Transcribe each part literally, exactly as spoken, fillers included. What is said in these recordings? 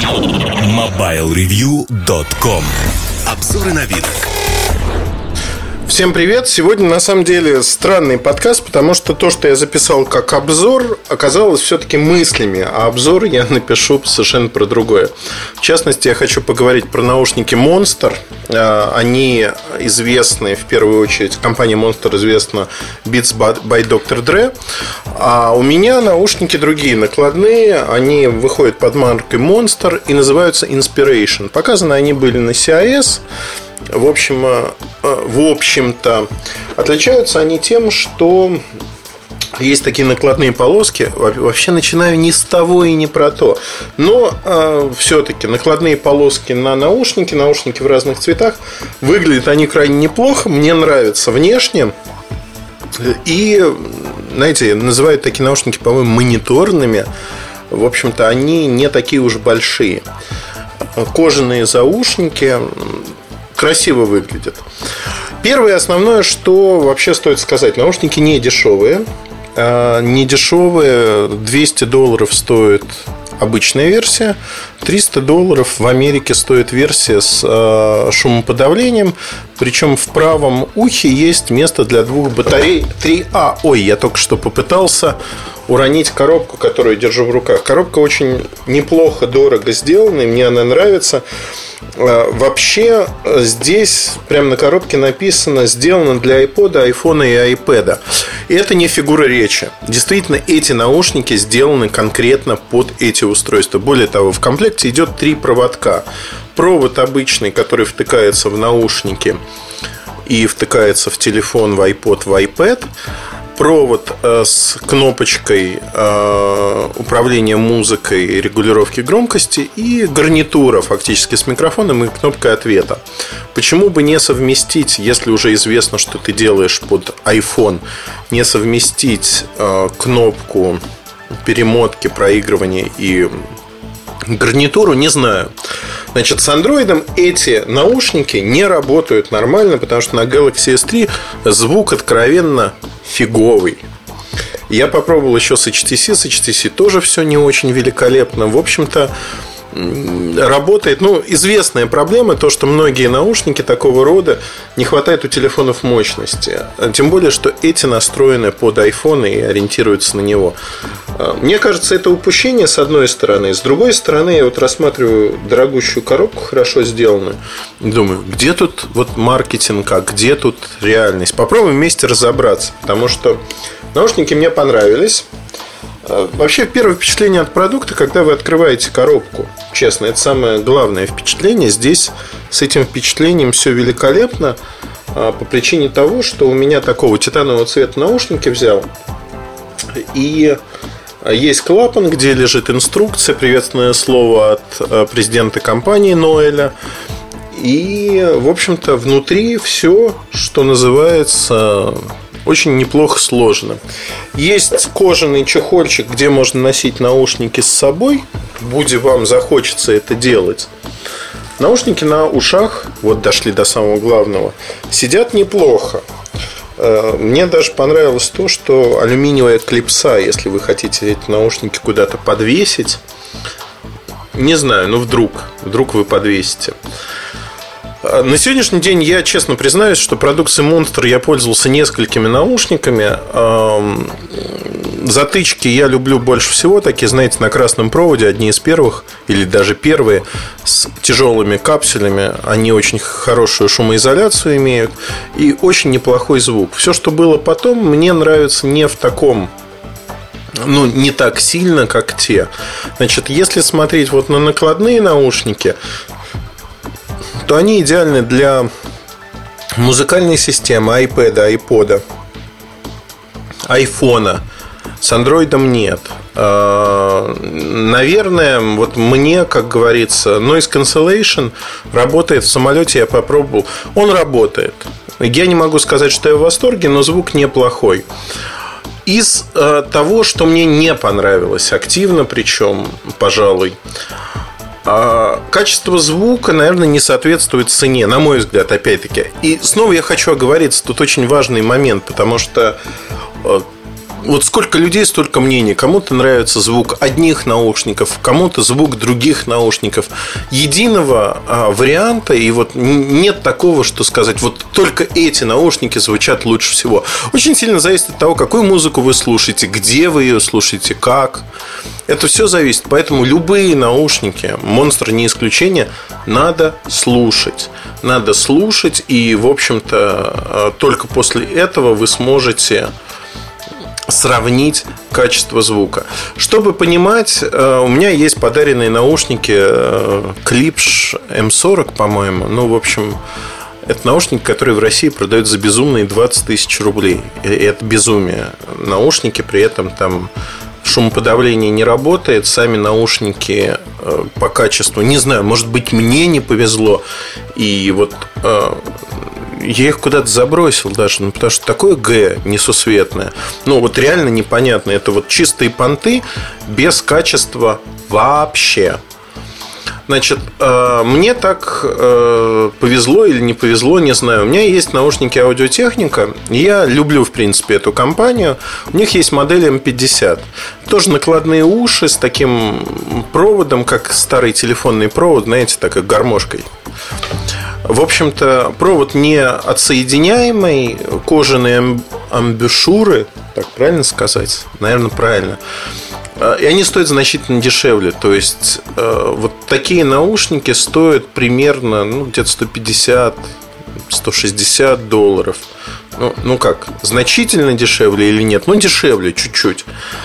мобайл ревью точка ком. Обзоры новинок. Всем привет! Сегодня на самом деле странный подкаст, потому что то, что я записал как обзор, оказалось все-таки мыслями, а обзор я напишу совершенно про другое. В частности, я хочу поговорить про наушники Monster. Они известны, в первую очередь, компания Monster известна Beats by доктор Dre. А у меня наушники другие, накладные. Они выходят под маркой Monster и называются Inspiration. Показаны они были на си ай эс. В общем, в общем-то, отличаются они тем, что есть такие накладные полоски. Вообще начинаю не с того и не про то. Но э, все-таки накладные полоски на наушники, наушники в разных цветах. Выглядят они крайне неплохо. Мне нравятся внешне. И, знаете, называют такие наушники, по-моему, мониторными. В общем-то, они не такие уж большие. Кожаные заушники красиво выглядят. Первое и основное, что вообще стоит сказать: наушники не дешевые. Не дешевые. двести долларов стоит обычная версия. триста долларов в Америке стоит версия с шумоподавлением. Причем в правом ухе есть место для двух батарей три А. Ой, я только что попытался уронить коробку, которую держу в руках. Коробка очень неплохо, дорого сделана, и мне она нравится. Вообще здесь прямо на коробке написано: сделано для iPod, айфона и айпэда. И это не фигура речи. Действительно, эти наушники сделаны конкретно под эти устройства. Более того, в комплекте идет три проводка. Провод обычный, который втыкается в наушники и втыкается в телефон, в iPod, в iPad. Провод с кнопочкой управления музыкой и регулировки громкости. И гарнитура фактически с микрофоном и кнопкой ответа. Почему бы не совместить, если уже известно, что ты делаешь под iPhone, не совместить кнопку перемотки, проигрывания и гарнитуру, не знаю. Значит, с андроидом эти наушники не работают нормально, потому что на Galaxy эс три звук откровенно фиговый. Я попробовал еще с эйч ти си. С эйч ти си тоже все не очень великолепно. В общем-то, работает. Ну, известная проблема, то, что многие наушники такого рода не хватает у телефонов мощности. Тем более, что эти настроены под iPhone и ориентируются на него. Мне кажется, это упущение с одной стороны. С другой стороны, я вот рассматриваю дорогущую коробку, хорошо сделанную. Думаю, где тут вот маркетинг, а где тут реальность? Попробуем вместе разобраться. Потому что наушники мне понравились. Вообще, первое впечатление от продукта, когда вы открываете коробку, честно, это самое главное впечатление. Здесь с этим впечатлением все великолепно. По причине того, что у меня такого титанового цвета наушники взял. И есть клапан, где лежит инструкция, приветственное слово от президента компании Ноэля. И, в общем-то, внутри все, что называется, очень неплохо сложно. Есть кожаный чехольчик, где можно носить наушники с собой, будь вам захочется это делать. Наушники на ушах, вот дошли до самого главного, сидят неплохо. Мне даже понравилось то, что алюминиевая клипса, если вы хотите эти наушники куда-то подвесить. Не знаю, ну вдруг, вдруг вы подвесите. На сегодняшний день я честно признаюсь, что продукцией Monster я пользовался несколькими наушниками. Затычки я люблю больше всего. Такие, знаете, на красном проводе. Одни из первых, или даже первые, с тяжелыми капсулями. Они очень хорошую шумоизоляцию имеют и очень неплохой звук. Все, что было потом, мне нравится не в таком, ну, не так сильно, как те. Значит, если смотреть вот на накладные наушники, то они идеальны для музыкальной системы, айпэда, айпода, айфона. С андроидом нет. Наверное, вот мне, как говорится, Noise Cancellation работает в самолете, я попробовал. Он работает. Я не могу сказать, что я в восторге, но звук неплохой. Из того, что мне не понравилось активно, причем, пожалуй, качество звука, наверное, не соответствует цене, на мой взгляд, опять-таки. И снова я хочу оговориться, тут очень важный момент, потому что Вот сколько людей, столько мнений. Кому-то нравится звук одних наушников, кому-то звук других наушников. Единого а, варианта, и вот нет такого, что сказать, вот только эти наушники звучат лучше всего. Очень сильно зависит от того, какую музыку вы слушаете, где вы ее слушаете, как. Это все зависит. Поэтому любые наушники, Monster не исключение, надо слушать. Надо слушать, и, в общем-то, только после этого вы сможете сравнить качество звука. Чтобы понимать, у меня есть подаренные наушники Klipsch эм сорок, по-моему. Ну, в общем, это наушники, которые в России продают за безумные двадцать тысяч рублей. И это безумие. Наушники, при этом там шумоподавление не работает. Сами наушники по качеству, не знаю, может быть, мне не повезло. И вот я их куда-то забросил даже, ну, потому что такое Г несусветное. Ну, вот реально непонятно. Это вот чистые понты без качества вообще. Значит, мне так повезло или не повезло, не знаю. У меня есть наушники Audio-Technica. Я люблю, в принципе, эту компанию. У них есть модель эм пятьдесят. Тоже накладные уши с таким проводом, как старый телефонный провод, знаете, такой гармошкой. В общем-то, провод не отсоединяемый, кожаные амбушюры, так правильно сказать? Наверное, правильно. И они стоят значительно дешевле. То есть, вот такие наушники стоят примерно, ну, где-то сто пятьдесят - сто шестьдесят долларов. Ну, ну как, значительно дешевле или нет? Ну, дешевле чуть-чуть.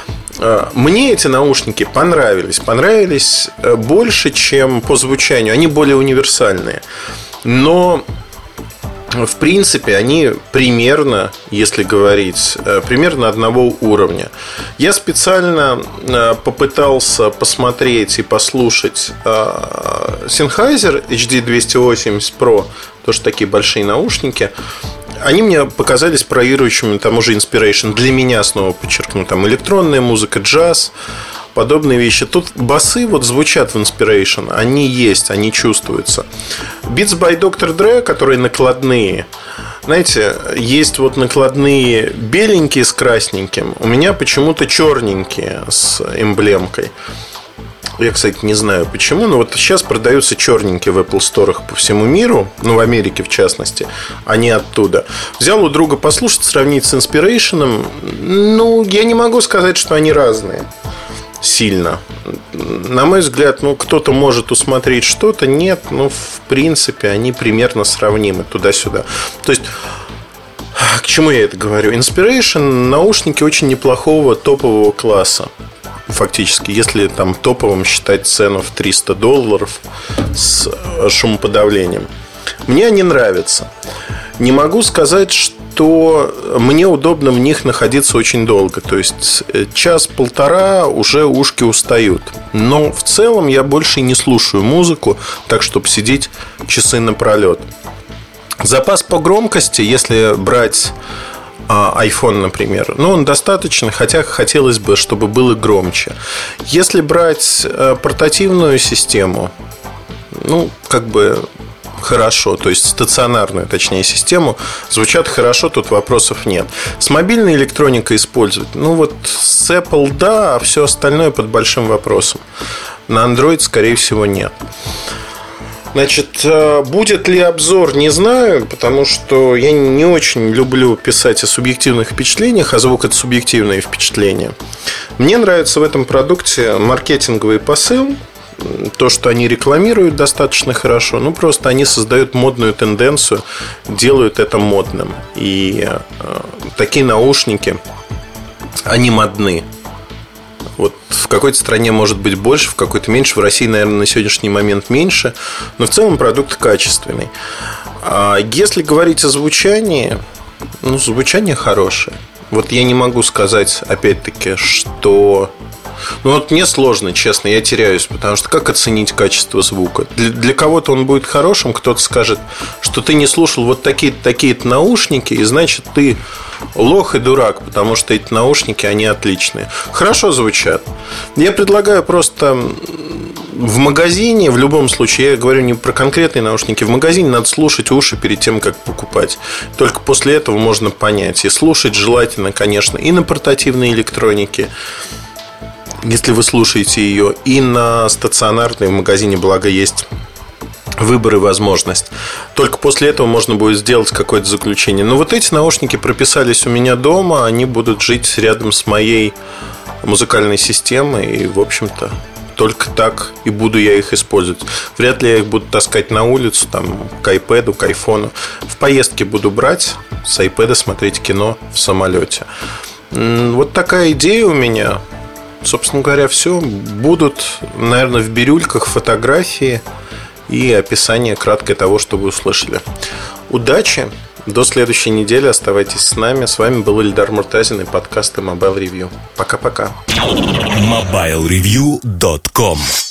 Мне эти наушники понравились. Понравились больше, чем по звучанию. Они более универсальные. Но, в принципе, они примерно, если говорить, примерно одного уровня. Я специально попытался посмотреть и послушать Sennheiser эйч ди двести восемьдесят про, тоже такие большие наушники. Они мне показались проигрывающими тому же Inspiration. Для меня, снова подчеркну, там электронная музыка, джаз, подобные вещи. Тут басы вот звучат в Inspiration. Они есть, они чувствуются. Beats by доктор Dre, которые накладные. Знаете, есть вот накладные беленькие с красненьким. У меня почему-то черненькие с эмблемкой. Я, кстати, не знаю почему, но вот сейчас продаются черненькие в Apple Store по всему миру, ну, в Америке в частности, а не оттуда. Взял у друга послушать, сравнить с Inspiration. Ну, я не могу сказать, что они разные сильно. На мой взгляд, ну, кто-то может усмотреть что-то, нет, ну, в принципе, они примерно сравнимы туда-сюда. То есть, к чему я это говорю? Inspiration наушники очень неплохого топового класса. Фактически, если там топовым считать цену в триста долларов с шумоподавлением. Мне они нравятся. Не могу сказать, что мне удобно в них находиться очень долго. То есть час-полтора уже ушки устают. Но в целом я больше не слушаю музыку, так чтобы сидеть часы напролет. Запас по громкости, если брать iPhone, например, ну, он достаточно, хотя хотелось бы, чтобы было громче. Если брать портативную систему, ну, как бы хорошо, то есть стационарную, точнее, систему, звучат хорошо, тут вопросов нет. С мобильной электроникой использовать, ну, вот с Apple да, а все остальное под большим вопросом. На Android, скорее всего, нет. Значит, будет ли обзор, не знаю, потому что я не очень люблю писать о субъективных впечатлениях, а звук – это субъективные впечатления. Мне нравится в этом продукте маркетинговый посыл, то, что они рекламируют достаточно хорошо, ну, просто они создают модную тенденцию, делают это модным. И э, такие наушники, они модны. Вот в какой-то стране может быть больше, в какой-то меньше. В России, наверное, на сегодняшний момент меньше. Но в целом продукт качественный. А если говорить о звучании, ну, звучание хорошее. Вот я не могу сказать, опять-таки, что... Ну, вот мне сложно, честно, я теряюсь. Потому что как оценить качество звука? Для, для кого-то он будет хорошим, кто-то скажет, что ты не слушал вот такие-то, такие-то наушники, и значит, ты лох и дурак, потому что эти наушники, они отличные. Хорошо звучат. Я предлагаю просто в магазине, в любом случае, я говорю не про конкретные наушники, в магазине надо слушать уши перед тем, как покупать. Только после этого можно понять. И слушать желательно, конечно, и на портативной электронике, если вы слушаете ее, и на стационарной, в магазине, благо, есть выбор и возможность. Только после этого можно будет сделать какое-то заключение. Но вот эти наушники прописались у меня дома. Они будут жить рядом с моей музыкальной системой. И, в общем-то, только так и буду я их использовать. Вряд ли я их буду таскать на улицу, там, к айпэду, к айфону. В поездке буду брать с айпэда, смотреть кино в самолете. Вот такая идея у меня. Собственно говоря, все. Будут, наверное, в бирюльках фотографии и описание краткое того, что вы услышали. Удачи! До следующей недели. Оставайтесь с нами. С вами был Ильдар Муртазин и подкасты Mobile Review. Пока-пока. мобайл ревью точка ком